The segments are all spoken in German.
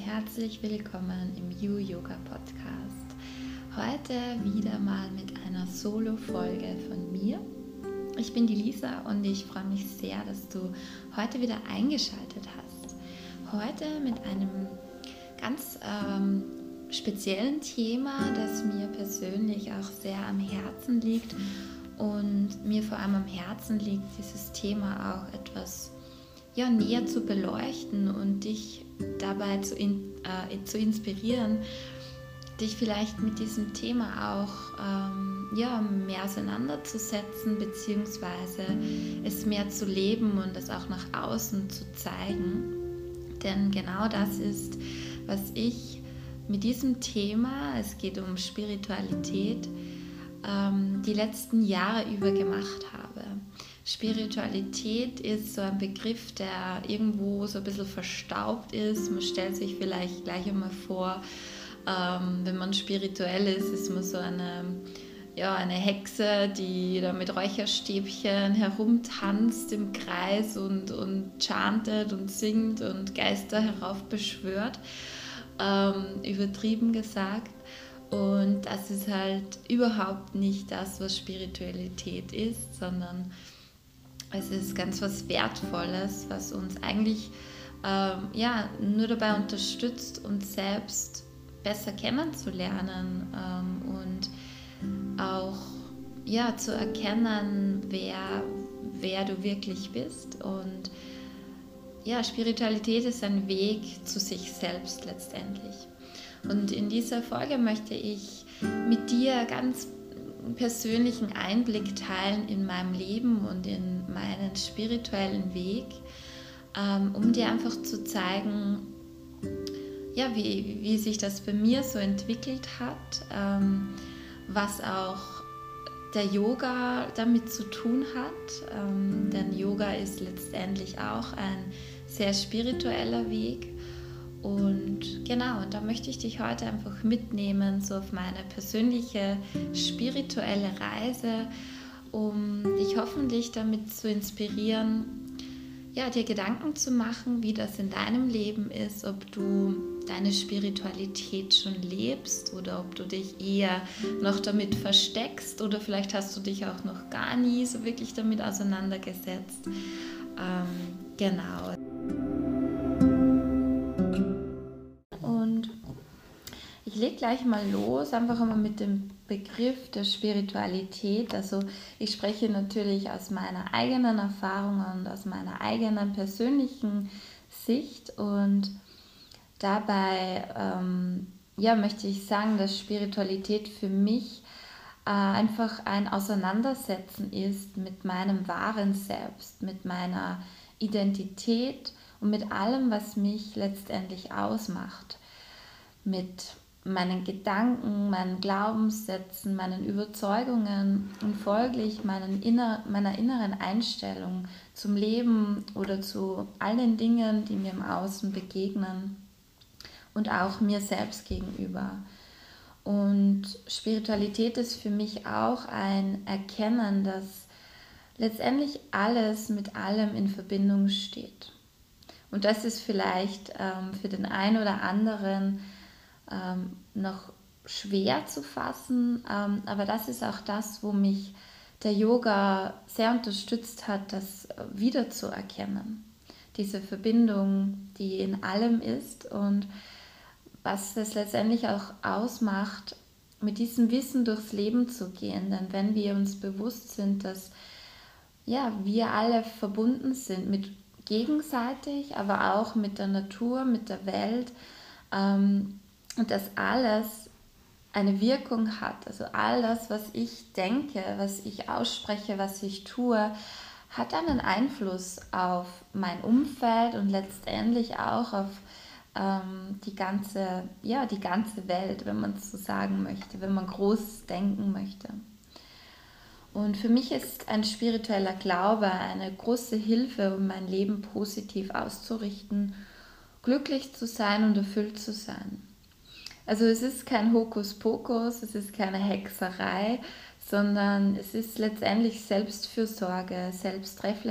herzlich willkommen im You Yoga Podcast. Heute wieder mal mit einer Solo-Folge von mir. Ich bin die Lisa und ich freue mich sehr, dass du heute wieder eingeschaltet hast. Heute mit einem ganz speziellen Thema, das mir persönlich auch sehr am Herzen liegt und mir vor allem am Herzen liegt, dieses Thema auch etwas näher zu beleuchten und dich dabei zu inspirieren, dich vielleicht mit diesem Thema auch mehr auseinanderzusetzen, beziehungsweise es mehr zu leben und es auch nach außen zu zeigen. Denn genau das ist, was ich mit diesem Thema, es geht um Spiritualität, die letzten Jahre über gemacht habe. Spiritualität ist so ein Begriff, der irgendwo so ein bisschen verstaubt ist. Man stellt sich vielleicht gleich einmal vor, wenn man spirituell ist man so eine Hexe, die da mit Räucherstäbchen herumtanzt im Kreis und chantet und singt und Geister heraufbeschwört, übertrieben gesagt. Und das ist halt überhaupt nicht das, was Spiritualität ist, sondern es ist ganz was Wertvolles, was uns eigentlich nur dabei unterstützt, uns selbst besser kennenzulernen und auch zu erkennen, wer du wirklich bist. Und Spiritualität ist ein Weg zu sich selbst letztendlich. Und in dieser Folge möchte ich mit dir ganz persönlichen Einblick teilen in meinem Leben und in meinen spirituellen Weg, um dir einfach zu zeigen, wie sich das bei mir so entwickelt hat, was auch der Yoga damit zu tun hat, denn Yoga ist letztendlich auch ein sehr spiritueller Weg. Und genau, und da möchte ich dich heute einfach mitnehmen, so auf meine persönliche spirituelle Reise, um dich hoffentlich damit zu inspirieren, dir Gedanken zu machen, wie das in deinem Leben ist, ob du deine Spiritualität schon lebst oder ob du dich eher noch damit versteckst oder vielleicht hast du dich auch noch gar nie so wirklich damit auseinandergesetzt. Genau. Ich lege gleich mal los, einfach einmal mit dem Begriff der Spiritualität. Also ich spreche natürlich aus meiner eigenen Erfahrung und aus meiner eigenen persönlichen Sicht und dabei möchte ich sagen, dass Spiritualität für mich einfach ein Auseinandersetzen ist mit meinem wahren Selbst, mit meiner Identität und mit allem, was mich letztendlich ausmacht, mit meinen Gedanken, meinen Glaubenssätzen, meinen Überzeugungen und folglich meiner inneren Einstellung zum Leben oder zu all den Dingen, die mir im Außen begegnen und auch mir selbst gegenüber. Und Spiritualität ist für mich auch ein Erkennen, dass letztendlich alles mit allem in Verbindung steht. Und das ist vielleicht für den einen oder anderen noch schwer zu fassen, aber das ist auch das, wo mich der Yoga sehr unterstützt hat, das wiederzuerkennen. Diese Verbindung, die in allem ist und was es letztendlich auch ausmacht, mit diesem Wissen durchs Leben zu gehen. Denn wenn wir uns bewusst sind, dass wir alle verbunden sind, mit gegenseitig, aber auch mit der Natur, mit der Welt, und dass alles eine Wirkung hat. Also all das, was ich denke, was ich ausspreche, was ich tue, hat einen Einfluss auf mein Umfeld und letztendlich auch auf die ganze Welt, wenn man es so sagen möchte, wenn man groß denken möchte. Und für mich ist ein spiritueller Glaube eine große Hilfe, um mein Leben positiv auszurichten, glücklich zu sein und erfüllt zu sein. Also es ist kein Hokuspokus, es ist keine Hexerei, sondern es ist letztendlich Selbstfürsorge,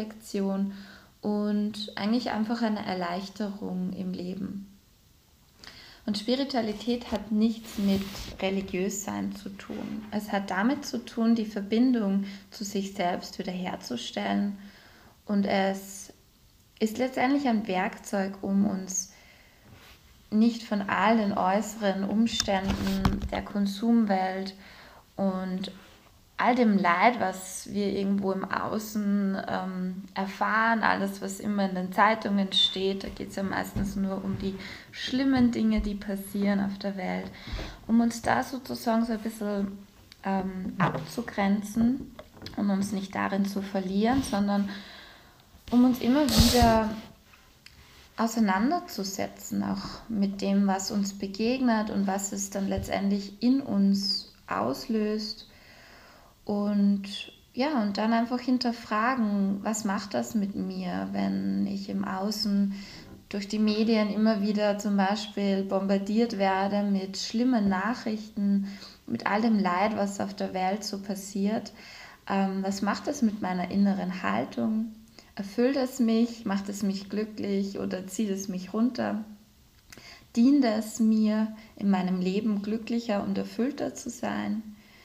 Selbstreflexion und eigentlich einfach eine Erleichterung im Leben. Und Spiritualität hat nichts mit Religiössein zu tun. Es hat damit zu tun, die Verbindung zu sich selbst wiederherzustellen. Und es ist letztendlich ein Werkzeug, um uns nicht von all den äußeren Umständen der Konsumwelt und all dem Leid, was wir irgendwo im Außen erfahren, alles, was immer in den Zeitungen steht, da geht es ja meistens nur um die schlimmen Dinge, die passieren auf der Welt, um uns da sozusagen so ein bisschen abzugrenzen und uns nicht darin zu verlieren, sondern um uns immer wieder auseinanderzusetzen, auch mit dem, was uns begegnet und was es dann letztendlich in uns auslöst. Und ja, und dann einfach hinterfragen, was macht das mit mir, wenn ich im Außen durch die Medien immer wieder zum Beispiel bombardiert werde mit schlimmen Nachrichten, mit all dem Leid, was auf der Welt so passiert. Was macht das mit meiner inneren Haltung? Erfüllt es mich? Macht es mich glücklich oder zieht es mich runter? Dient es mir, in meinem Leben glücklicher und erfüllter zu sein?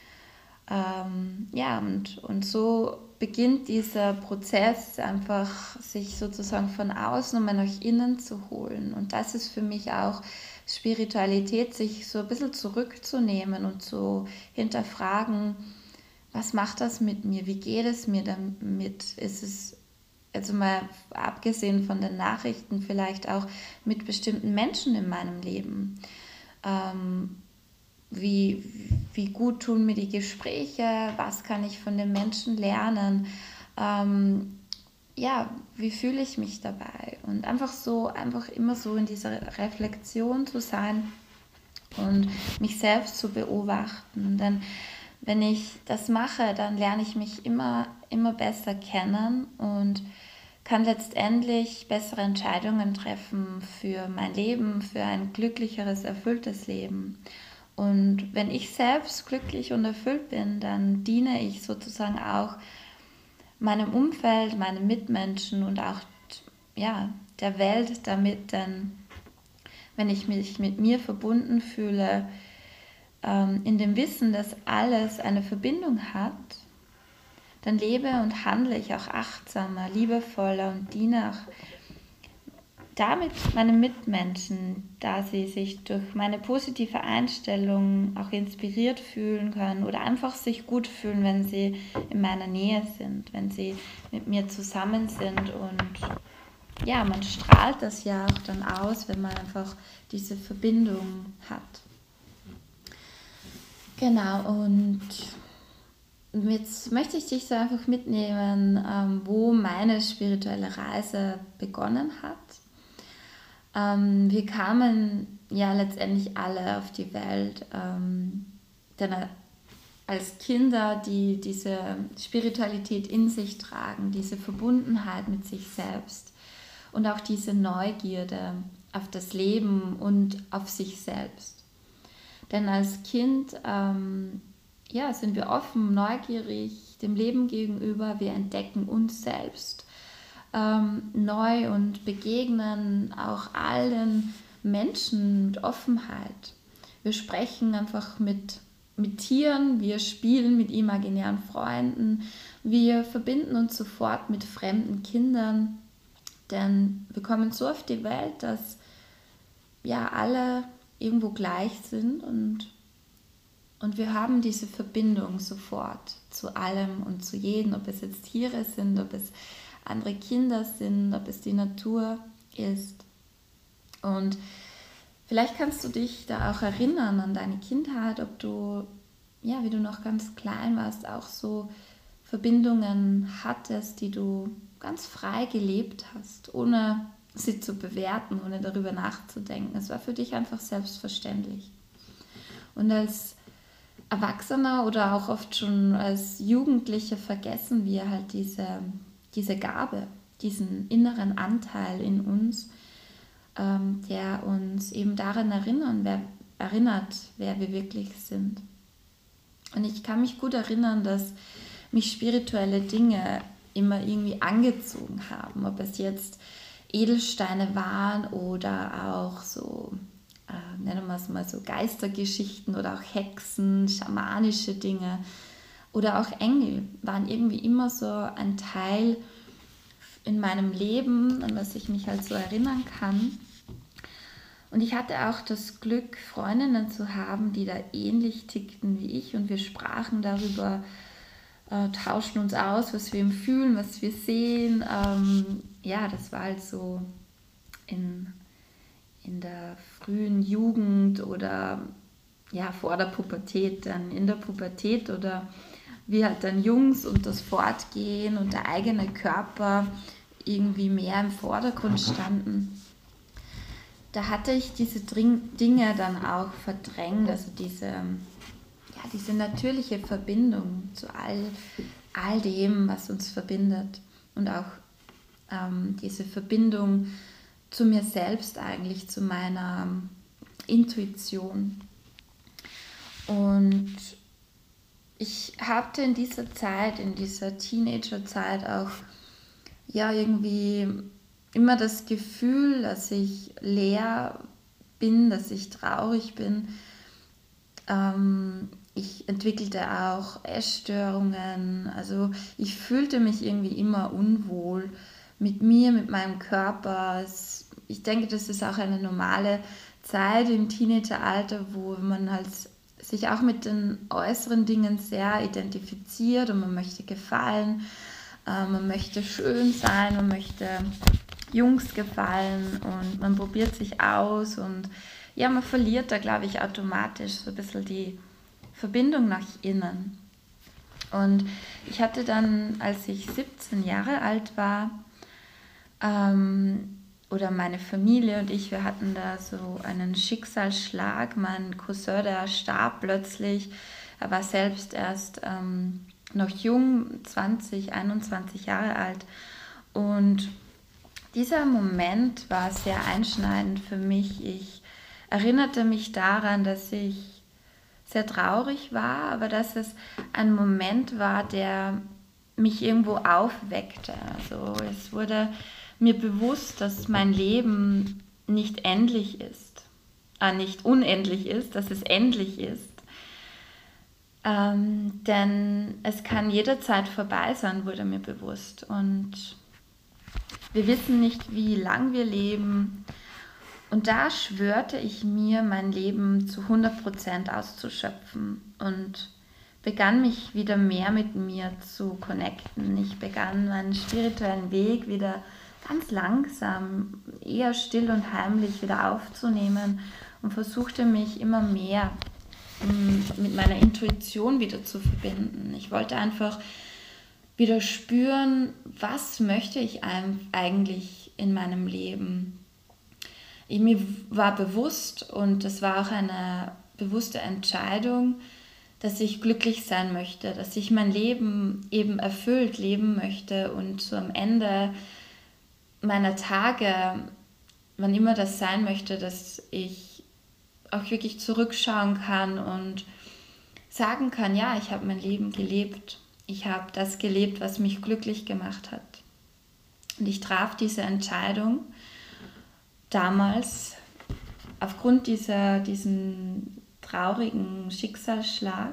Ja, und so beginnt dieser Prozess einfach, sich sozusagen von außen um nach innen zu holen. Und das ist für mich auch Spiritualität, sich so ein bisschen zurückzunehmen und zu hinterfragen, was macht das mit mir? Wie geht es mir damit? Ist es, also mal abgesehen von den Nachrichten, vielleicht auch mit bestimmten Menschen in meinem Leben? Wie gut tun mir die Gespräche? Was kann ich von den Menschen lernen? Ja, wie fühle ich mich dabei? Und einfach immer so in dieser Reflexion zu sein und mich selbst zu beobachten. Denn wenn ich das mache, dann lerne ich mich immer besser kennen und kann letztendlich bessere Entscheidungen treffen für mein Leben, für ein glücklicheres, erfülltes Leben. Und wenn ich selbst glücklich und erfüllt bin, dann diene ich sozusagen auch meinem Umfeld, meinen Mitmenschen und auch ja, der Welt damit. Denn wenn ich mich mit mir verbunden fühle, in dem Wissen, dass alles eine Verbindung hat, dann lebe und handle ich auch achtsamer, liebevoller und diene auch damit meinen Mitmenschen, da sie sich durch meine positive Einstellung auch inspiriert fühlen können oder einfach sich gut fühlen, wenn sie in meiner Nähe sind, wenn sie mit mir zusammen sind. Und ja, man strahlt das ja auch dann aus, wenn man einfach diese Verbindung hat. Genau, und jetzt möchte ich dich so einfach mitnehmen, wo meine spirituelle Reise begonnen hat. Wir kamen ja letztendlich alle auf die Welt, denn als Kinder, die diese Spiritualität in sich tragen, diese Verbundenheit mit sich selbst und auch diese Neugierde auf das Leben und auf sich selbst. Denn als Kind ja, sind wir offen, neugierig dem Leben gegenüber, wir entdecken uns selbst neu und begegnen auch allen Menschen mit Offenheit. Wir sprechen einfach mit Tieren, wir spielen mit imaginären Freunden, wir verbinden uns sofort mit fremden Kindern, denn wir kommen so auf die Welt, dass ja alle irgendwo gleich sind und wir haben diese Verbindung sofort zu allem und zu jedem, ob es jetzt Tiere sind, ob es andere Kinder sind, ob es die Natur ist. Und vielleicht kannst du dich da auch erinnern an deine Kindheit, ob du, ja, wie du noch ganz klein warst, auch so Verbindungen hattest, die du ganz frei gelebt hast, ohne sie zu bewerten, ohne darüber nachzudenken. Es war für dich einfach selbstverständlich. Und als Erwachsener oder auch oft schon als Jugendliche vergessen wir halt diese Gabe, diesen inneren Anteil in uns, der uns eben daran erinnert, wer wir wirklich sind. Und ich kann mich gut erinnern, dass mich spirituelle Dinge immer irgendwie angezogen haben, ob es jetzt Edelsteine waren oder auch so nennen wir es mal so Geistergeschichten oder auch Hexen, schamanische Dinge oder auch Engel waren irgendwie immer so ein Teil in meinem Leben, an das ich mich halt so erinnern kann. Und ich hatte auch das Glück, Freundinnen zu haben, die da ähnlich tickten wie ich und wir sprachen darüber, tauschten uns aus, was wir fühlen, was wir sehen. Ja, das war halt so in der frühen Jugend oder ja, vor der Pubertät, dann in der Pubertät oder wie halt dann Jungs und das Fortgehen und der eigene Körper irgendwie mehr im Vordergrund standen. Da hatte ich diese Dinge dann auch verdrängt, also diese natürliche Verbindung zu all dem, was uns verbindet und auch diese Verbindung zu mir selbst eigentlich, zu meiner Intuition. Und ich hatte in dieser Zeit, in dieser Teenagerzeit auch ja irgendwie immer das Gefühl, dass ich leer bin, dass ich traurig bin. Ich entwickelte auch Essstörungen. Also ich fühlte mich irgendwie immer unwohl mit mir, mit meinem Körper. Ich denke, das ist auch eine normale Zeit im Teenageralter, wo man halt sich auch mit den äußeren Dingen sehr identifiziert und man möchte gefallen, man möchte schön sein, man möchte Jungs gefallen und man probiert sich aus und ja, man verliert da, glaube ich, automatisch so ein bisschen die Verbindung nach innen. Und ich hatte dann, als ich 17 Jahre alt war, oder meine Familie und ich, wir hatten da so einen Schicksalsschlag. Mein Cousin, der starb plötzlich. Er war selbst erst noch jung, 20, 21 Jahre alt. Und dieser Moment war sehr einschneidend für mich. Ich erinnerte mich daran, dass ich sehr traurig war, aber dass es ein Moment war, der mich irgendwo aufweckte. Also es wurde mir bewusst, dass mein Leben nicht endlich ist, nicht unendlich ist, dass es endlich ist. Denn es kann jederzeit vorbei sein, wurde mir bewusst. Und wir wissen nicht, wie lang wir leben. Und da schwörte ich mir, mein Leben zu 100% auszuschöpfen und begann mich wieder mehr mit mir zu connecten. Ich begann meinen spirituellen Weg wieder ganz langsam, eher still und heimlich wieder aufzunehmen und versuchte mich immer mehr mit meiner Intuition wieder zu verbinden. Ich wollte einfach wieder spüren, was möchte ich eigentlich in meinem Leben. Mir war bewusst, und das war auch eine bewusste Entscheidung, dass ich glücklich sein möchte, dass ich mein Leben eben erfüllt leben möchte und so am Ende meiner Tage, wann immer das sein möchte, dass ich auch wirklich zurückschauen kann und sagen kann, ja, ich habe mein Leben gelebt. Ich habe das gelebt, was mich glücklich gemacht hat. Und ich traf diese Entscheidung damals aufgrund diesen traurigen Schicksalsschlag.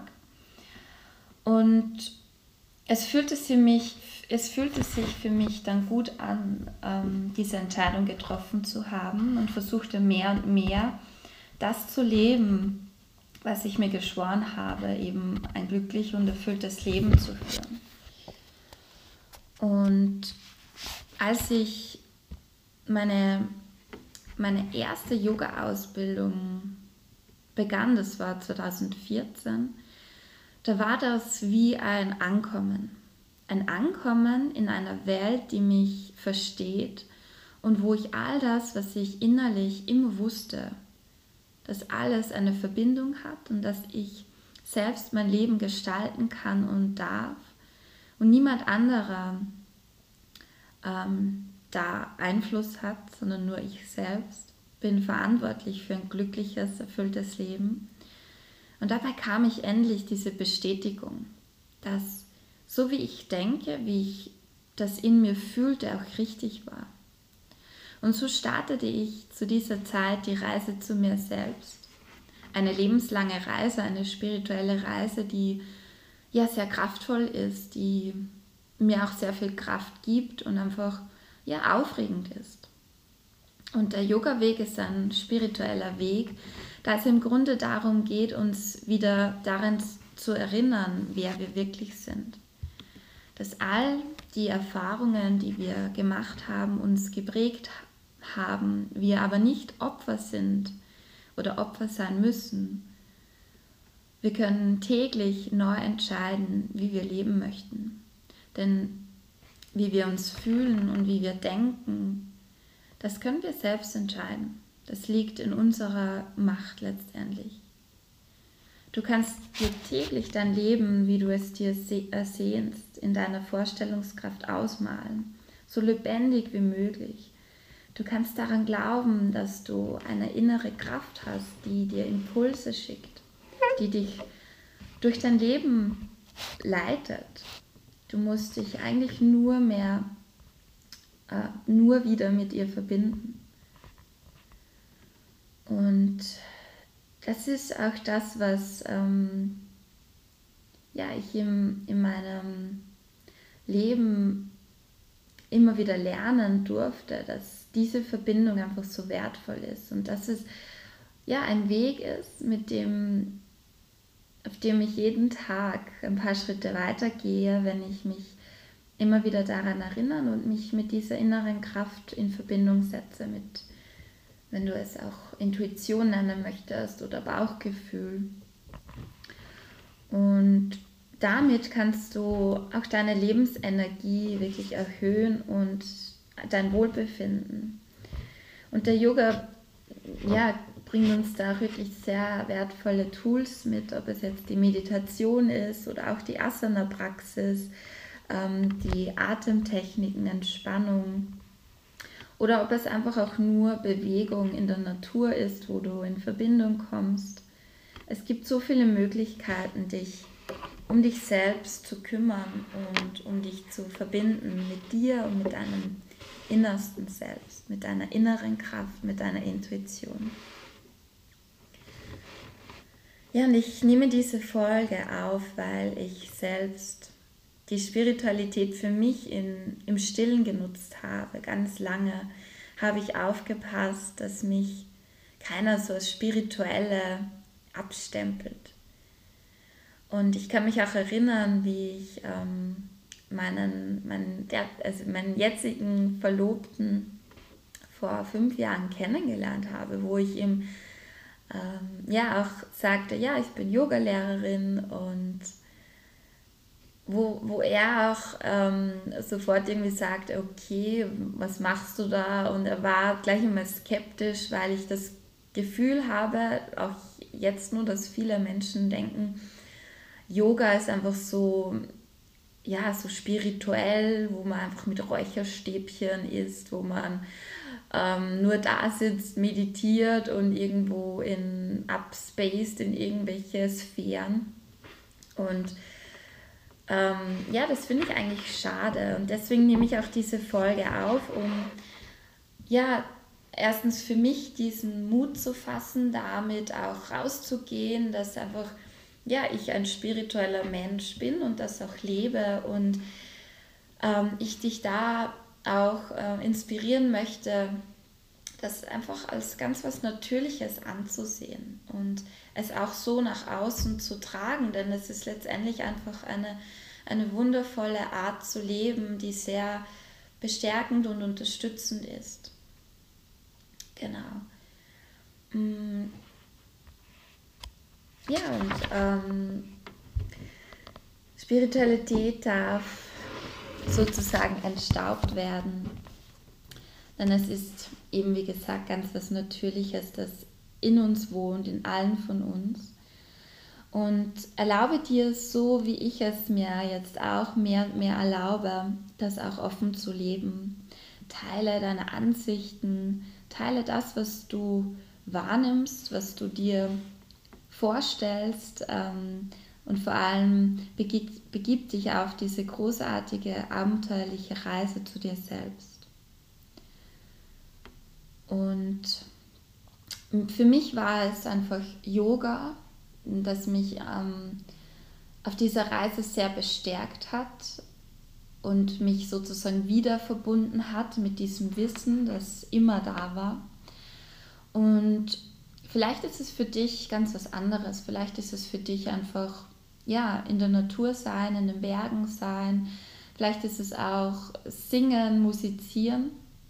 Und es fühlte sich für mich dann gut an, diese Entscheidung getroffen zu haben und versuchte mehr und mehr das zu leben, was ich mir geschworen habe, eben ein glücklich und erfülltes Leben zu führen. Und als ich meine erste Yoga-Ausbildung begann, das war 2014, da war das wie ein Ankommen. Ein Ankommen in einer Welt, die mich versteht und wo ich all das, was ich innerlich immer wusste, dass alles eine Verbindung hat und dass ich selbst mein Leben gestalten kann und darf und niemand anderer da Einfluss hat, sondern nur ich selbst bin verantwortlich für ein glückliches, erfülltes Leben. Und dabei kam ich endlich diese Bestätigung, dass so wie ich denke, wie ich das in mir fühlte, auch richtig war. Und so startete ich zu dieser Zeit die Reise zu mir selbst. Eine lebenslange Reise, eine spirituelle Reise, die ja sehr kraftvoll ist, die mir auch sehr viel Kraft gibt und einfach ja aufregend ist. Und der Yoga-Weg ist ein spiritueller Weg, da es im Grunde darum geht, uns wieder daran zu erinnern, wer wir wirklich sind. Dass all die Erfahrungen, die wir gemacht haben, uns geprägt haben, wir aber nicht Opfer sind oder Opfer sein müssen. Wir können täglich neu entscheiden, wie wir leben möchten. Denn wie wir uns fühlen und wie wir denken, das können wir selbst entscheiden. Das liegt in unserer Macht letztendlich. Du kannst dir täglich dein Leben, wie du es dir ersehnst, in deiner Vorstellungskraft ausmalen, so lebendig wie möglich. Du kannst daran glauben, dass du eine innere Kraft hast, die dir Impulse schickt, die dich durch dein Leben leitet. Du musst dich eigentlich nur wieder mit ihr verbinden. Und das ist auch das, was ich in meinem Leben immer wieder lernen durfte, dass diese Verbindung einfach so wertvoll ist und dass es ein Weg ist, auf dem ich jeden Tag ein paar Schritte weitergehe, wenn ich mich immer wieder daran erinnere und mich mit dieser inneren Kraft in Verbindung setze, wenn du es auch Intuition nennen möchtest oder Bauchgefühl. Und damit kannst du auch deine Lebensenergie wirklich erhöhen und dein Wohlbefinden. Und der Yoga bringt uns da wirklich sehr wertvolle Tools mit, ob es jetzt die Meditation ist oder auch die Asana-Praxis, die Atemtechniken, Entspannung oder ob es einfach auch nur Bewegung in der Natur ist, wo du in Verbindung kommst. Es gibt so viele Möglichkeiten, dich um dich selbst zu kümmern und um dich zu verbinden mit dir und mit deinem innersten Selbst, mit deiner inneren Kraft, mit deiner Intuition. Ja, und ich nehme diese Folge auf, weil ich selbst die Spiritualität für mich im Stillen genutzt habe. Ganz lange habe ich aufgepasst, dass mich keiner so als Spirituelle abstempelt. Und ich kann mich auch erinnern, wie ich meinen jetzigen Verlobten vor 5 Jahren kennengelernt habe, wo ich ihm auch sagte, ja, ich bin Yogalehrerin und wo er auch sofort irgendwie sagte, okay, was machst du da? Und er war gleich immer skeptisch, weil ich das Gefühl habe, auch jetzt nur, dass viele Menschen denken, Yoga ist einfach so spirituell, wo man einfach mit Räucherstäbchen isst, wo man nur da sitzt, meditiert und irgendwo upspaced in irgendwelche Sphären. Und das finde ich eigentlich schade. Und deswegen nehme ich auch diese Folge auf, um erstens für mich diesen Mut zu fassen, damit auch rauszugehen, dass einfach ich ein spiritueller Mensch bin und das auch lebe und ich dich da auch inspirieren möchte, das einfach als ganz was Natürliches anzusehen und es auch so nach außen zu tragen, denn es ist letztendlich einfach eine wundervolle Art zu leben, die sehr bestärkend und unterstützend ist. Genau. Spiritualität darf sozusagen entstaubt werden, denn es ist eben, wie gesagt, ganz was Natürliches, das in uns wohnt, in allen von uns. Und erlaube dir, so wie ich es mir jetzt auch mehr und mehr erlaube, das auch offen zu leben. Teile deine Ansichten, teile das, was du wahrnimmst, was du dir vorstellst, und vor allem begib dich auf diese großartige, abenteuerliche Reise zu dir selbst. Und für mich war es einfach Yoga, das mich auf dieser Reise sehr bestärkt hat und mich sozusagen wieder verbunden hat mit diesem Wissen, das immer da war. Und vielleicht ist es für dich ganz was anderes. Vielleicht ist es für dich einfach, ja, in der Natur sein, in den Bergen sein. Vielleicht ist es auch singen, musizieren.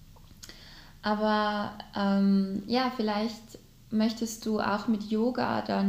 Aber ja, vielleicht möchtest du auch mit Yoga da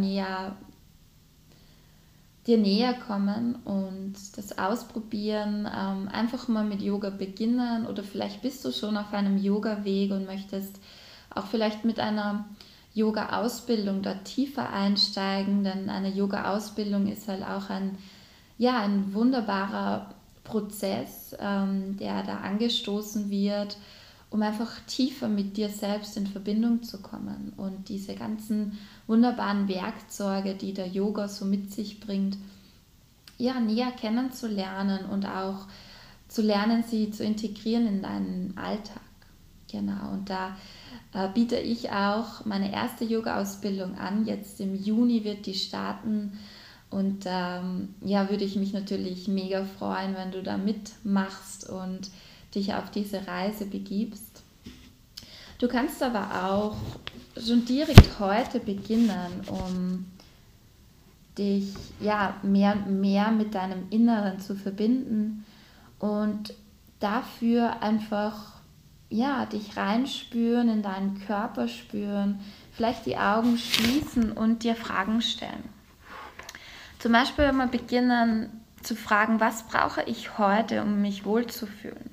dir näher kommen und das ausprobieren, einfach mal mit Yoga beginnen, oder vielleicht bist du schon auf einem Yoga-Weg und möchtest auch vielleicht mit einer Yoga-Ausbildung da tiefer einsteigen, denn eine Yoga-Ausbildung ist halt auch ein wunderbarer Prozess, der da angestoßen wird, um einfach tiefer mit dir selbst in Verbindung zu kommen und diese ganzen wunderbaren Werkzeuge, die der Yoga so mit sich bringt, ja, näher kennenzulernen und auch zu lernen, sie zu integrieren in deinen Alltag. Genau, und da biete ich auch meine erste Yoga-Ausbildung an. Jetzt im Juni wird die starten. Und ja, würde ich mich natürlich mega freuen, wenn du da mitmachst und dich auf diese Reise begibst. Du kannst aber auch schon direkt heute beginnen, um dich ja mehr und mehr mit deinem Inneren zu verbinden und dafür einfach ja, dich reinspüren, in deinen Körper spüren, vielleicht die Augen schließen und dir Fragen stellen. Zum Beispiel mal beginnen zu fragen, was brauche ich heute, um mich wohlzufühlen?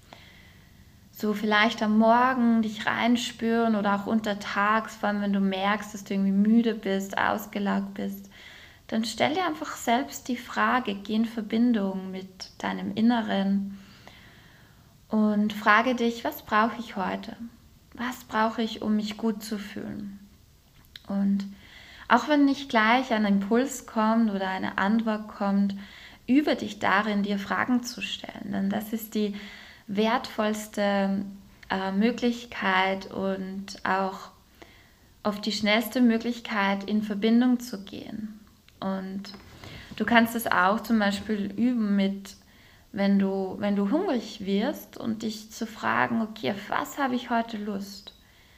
So vielleicht am Morgen dich reinspüren oder auch untertags, vor allem wenn du merkst, dass du irgendwie müde bist, ausgelaugt bist, dann stell dir einfach selbst die Frage, geh in Verbindung mit deinem Inneren und frage dich, was brauche ich heute? Was brauche ich, um mich gut zu fühlen? Und auch wenn nicht gleich ein Impuls kommt oder eine Antwort kommt, übe dich darin, dir Fragen zu stellen. Denn das ist die wertvollste Möglichkeit und auch auf die schnellste Möglichkeit, in Verbindung zu gehen. Und du kannst es auch zum Beispiel üben mit, wenn du hungrig wirst und dich zu fragen, okay, auf was habe ich heute Lust?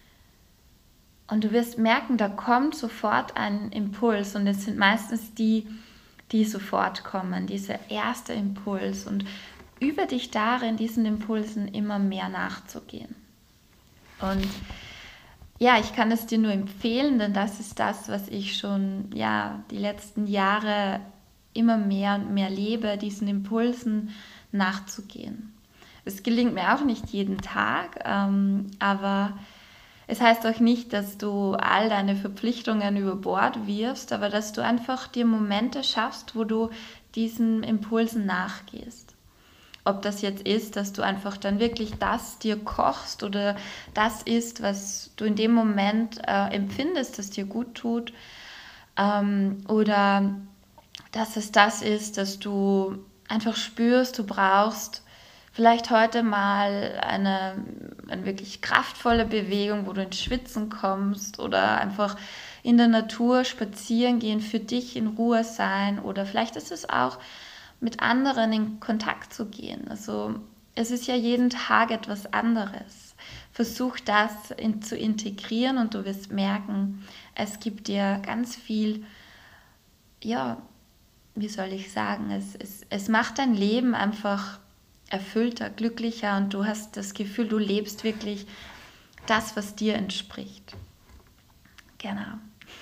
Und du wirst merken, da kommt sofort ein Impuls, und es sind meistens die sofort kommen, dieser erste Impuls, und übe dich darin, diesen Impulsen immer mehr nachzugehen. Und ja, ich kann es dir nur empfehlen, denn das ist das, was ich schon die letzten Jahre immer mehr und mehr lebe, diesen Impulsen nachzugehen. Es gelingt mir auch nicht jeden Tag, aber es heißt auch nicht, dass du all deine Verpflichtungen über Bord wirfst, aber dass du einfach dir Momente schaffst, wo du diesen Impulsen nachgehst. Ob das jetzt ist, dass du einfach dann wirklich das dir kochst oder das isst, was du in dem Moment empfindest, das dir gut tut, oder dass es das ist, dass du einfach spürst, du brauchst vielleicht heute mal eine wirklich kraftvolle Bewegung, wo du ins Schwitzen kommst, oder einfach in der Natur spazieren gehen, für dich in Ruhe sein, oder vielleicht ist es auch mit anderen in Kontakt zu gehen. Also es ist ja jeden Tag etwas anderes. Versuch das zu integrieren und du wirst merken, es gibt dir ganz viel, ja, wie soll ich sagen, es macht dein Leben einfach erfüllter, glücklicher, und du hast das Gefühl, du lebst wirklich das, was dir entspricht. Genau.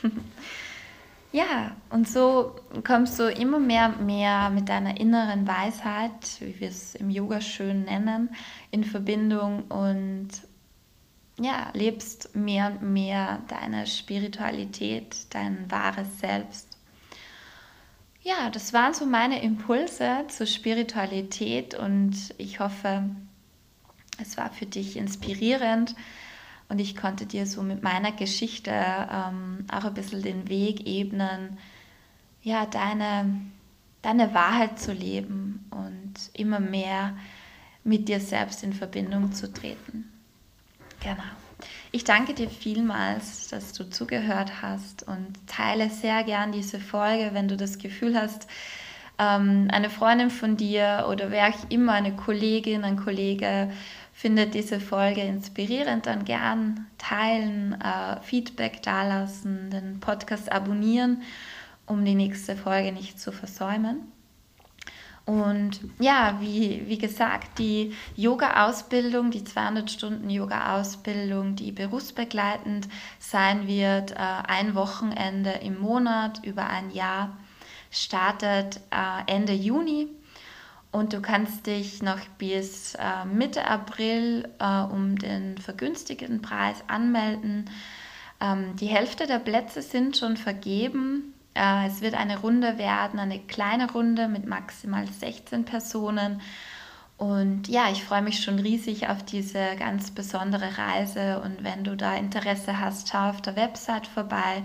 Ja, und so kommst du immer mehr mit deiner inneren Weisheit, wie wir es im Yoga schön nennen, in Verbindung und ja, lebst mehr und mehr deine Spiritualität, dein wahres Selbst. Ja, das waren so meine Impulse zur Spiritualität, und ich hoffe, es war für dich inspirierend und ich konnte dir so mit meiner Geschichte auch ein bisschen den Weg ebnen, ja, deine Wahrheit zu leben und immer mehr mit dir selbst in Verbindung zu treten. Genau. Ich danke dir vielmals, dass du zugehört hast und teile sehr gern diese Folge, wenn du das Gefühl hast, eine Freundin von dir oder wer auch immer, eine Kollegin, ein Kollege findet diese Folge inspirierend, dann gern teilen, Feedback dalassen, den Podcast abonnieren, um die nächste Folge nicht zu versäumen. Und ja, wie gesagt, die Yoga-Ausbildung, die 200 Stunden Yoga-Ausbildung, die berufsbegleitend sein wird, ein Wochenende im Monat über ein Jahr, startet Ende Juni. Und du kannst dich noch bis Mitte April um den vergünstigten Preis anmelden. Die Hälfte der Plätze sind schon vergeben. Es wird eine Runde werden, eine kleine Runde mit maximal 16 Personen. Und ja, ich freue mich schon riesig auf diese ganz besondere Reise. Und wenn du da Interesse hast, schau auf der Website vorbei,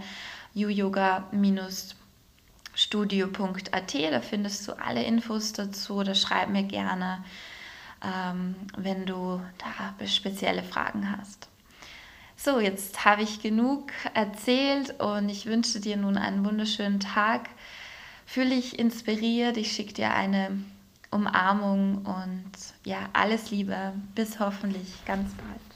youyoga-studio.at. Da findest du alle Infos dazu oder schreib mir gerne, wenn du da spezielle Fragen hast. So, jetzt habe ich genug erzählt und ich wünsche dir nun einen wunderschönen Tag. Fühle dich inspiriert, ich schicke dir eine Umarmung und ja, alles Liebe. Bis hoffentlich ganz bald.